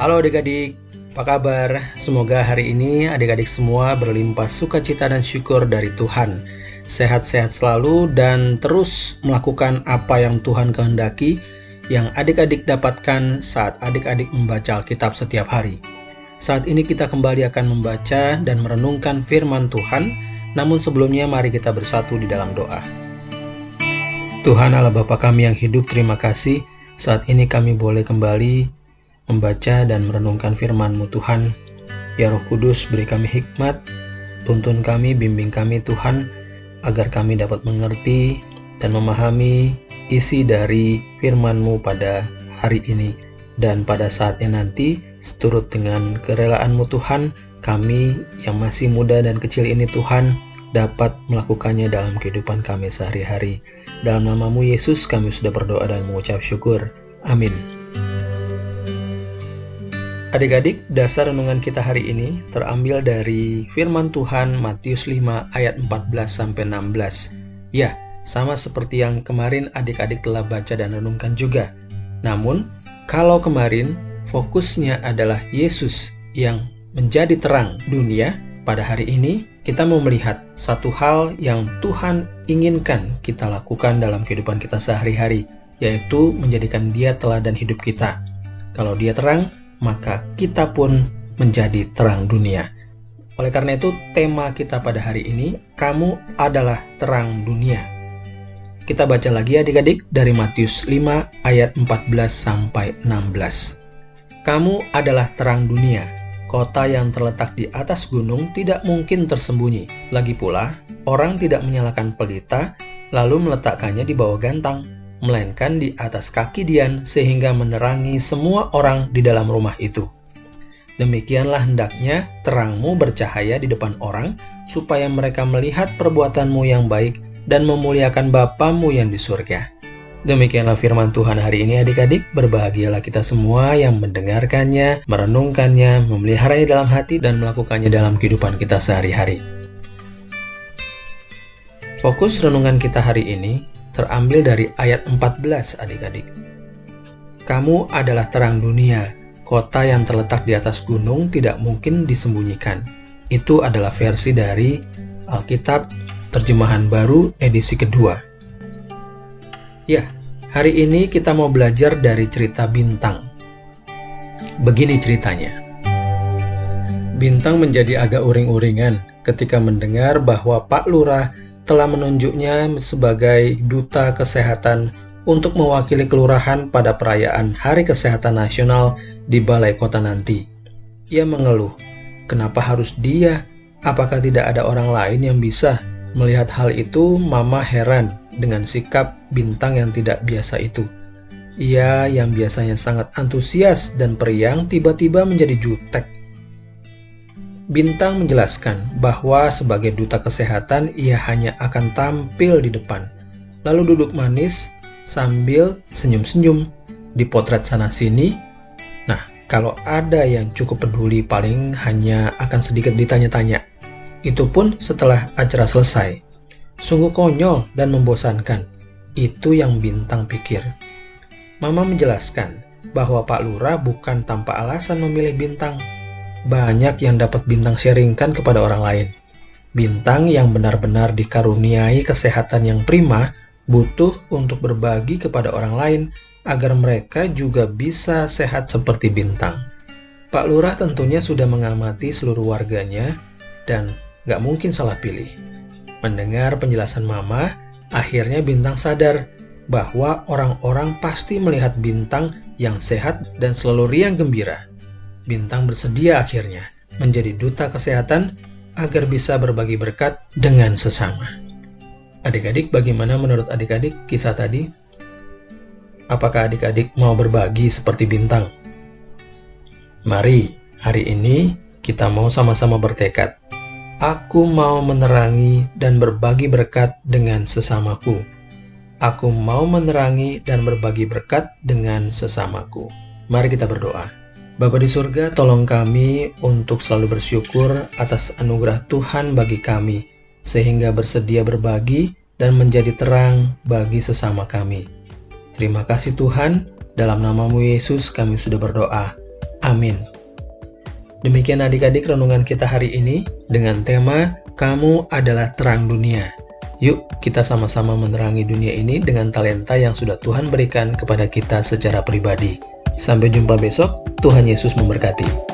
Halo adik-adik, apa kabar? Semoga hari ini adik-adik semua berlimpah sukacita dan syukur dari Tuhan. Sehat-sehat selalu dan terus melakukan apa yang Tuhan kehendaki, yang adik-adik dapatkan saat adik-adik membaca Alkitab setiap hari. Saat ini kita kembali akan membaca dan merenungkan firman Tuhan, namun sebelumnya mari kita bersatu di dalam doa. Tuhan Allah Bapa kami yang hidup, terima kasih saat ini kami boleh kembali membaca dan merenungkan firman-Mu Tuhan. Ya Roh Kudus, beri kami hikmat, tuntun kami, bimbing kami Tuhan, agar kami dapat mengerti dan memahami isi dari firman-Mu pada hari ini. Dan pada saatnya nanti, seturut dengan kerelaan-Mu Tuhan, kami yang masih muda dan kecil ini Tuhan, dapat melakukannya dalam kehidupan kami sehari-hari. Dalam nama-Mu Yesus kami sudah berdoa dan mengucap syukur. Amin. Adik-adik, dasar renungan kita hari ini terambil dari firman Tuhan Matius 5 ayat 14-16. Ya, sama seperti yang kemarin adik-adik telah baca dan renungkan juga. Namun, kalau kemarin fokusnya adalah Yesus yang menjadi terang dunia, pada hari ini kita mau melihat satu hal yang Tuhan inginkan kita lakukan dalam kehidupan kita sehari-hari, yaitu menjadikan Dia teladan hidup kita. Kalau Dia terang, maka kita pun menjadi terang dunia. Oleh karena itu, tema kita pada hari ini, kamu adalah terang dunia. Kita baca lagi adik-adik dari Matius 5 ayat 14-16. Kamu adalah terang dunia. Kota yang terletak di atas gunung tidak mungkin tersembunyi. Lagi pula, orang tidak menyalakan pelita lalu meletakkannya di bawah gantang, melainkan di atas kaki dian sehingga menerangi semua orang di dalam rumah itu. Demikianlah hendaknya terangmu bercahaya di depan orang, supaya mereka melihat perbuatanmu yang baik dan memuliakan Bapamu yang di surga. Demikianlah firman Tuhan hari ini adik-adik. Berbahagialah kita semua yang mendengarkannya, merenungkannya, memeliharanya dalam hati dan melakukannya dalam kehidupan kita sehari-hari. Fokus renungan kita hari ini terambil dari ayat 14 adik-adik. Kamu adalah terang dunia, kota yang terletak di atas gunung tidak mungkin disembunyikan. Itu adalah versi dari Alkitab Terjemahan Baru edisi kedua. Ya, hari ini kita mau belajar dari cerita Bintang. Begini ceritanya. Bintang menjadi agak uring-uringan ketika mendengar bahwa Pak Lurah telah menunjuknya sebagai duta kesehatan untuk mewakili kelurahan pada perayaan Hari Kesehatan Nasional di Balai Kota nanti. Ia mengeluh, kenapa harus dia? Apakah tidak ada orang lain yang bisa? Melihat hal itu, Mama heran dengan sikap Bintang yang tidak biasa itu. Ia yang biasanya sangat antusias dan periang tiba-tiba menjadi jutek. Bintang menjelaskan bahwa sebagai duta kesehatan ia hanya akan tampil di depan, lalu duduk manis sambil senyum-senyum, dipotret sana-sini. Nah, kalau ada yang cukup peduli paling hanya akan sedikit ditanya-tanya. Itu pun setelah acara selesai. Sungguh konyol dan membosankan. Itu yang Bintang pikir. Mama menjelaskan bahwa Pak Lurah bukan tanpa alasan memilih Bintang. Banyak yang dapat Bintang sharingkan kepada orang lain. Bintang yang benar-benar dikaruniai kesehatan yang prima butuh untuk berbagi kepada orang lain agar mereka juga bisa sehat seperti Bintang. Pak Lurah tentunya sudah mengamati seluruh warganya dan gak mungkin salah pilih. Mendengar penjelasan Mama, akhirnya Bintang sadar bahwa orang-orang pasti melihat Bintang yang sehat dan selalu riang gembira. Bintang bersedia akhirnya menjadi duta kesehatan agar bisa berbagi berkat dengan sesama. Adik-adik, bagaimana menurut adik-adik kisah tadi? Apakah adik-adik mau berbagi seperti Bintang? Mari, hari ini kita mau sama-sama bertekad. Aku mau menerangi dan berbagi berkat dengan sesamaku. Aku mau menerangi dan berbagi berkat dengan sesamaku. Mari kita berdoa. Bapa di surga, tolong kami untuk selalu bersyukur atas anugerah Tuhan bagi kami, sehingga bersedia berbagi dan menjadi terang bagi sesama kami. Terima kasih Tuhan, dalam nama-Mu Yesus kami sudah berdoa. Amin. Demikian adik-adik renungan kita hari ini dengan tema Kamu adalah terang dunia. Yuk kita sama-sama menerangi dunia ini dengan talenta yang sudah Tuhan berikan kepada kita secara pribadi. Sampai jumpa besok, Tuhan Yesus memberkati.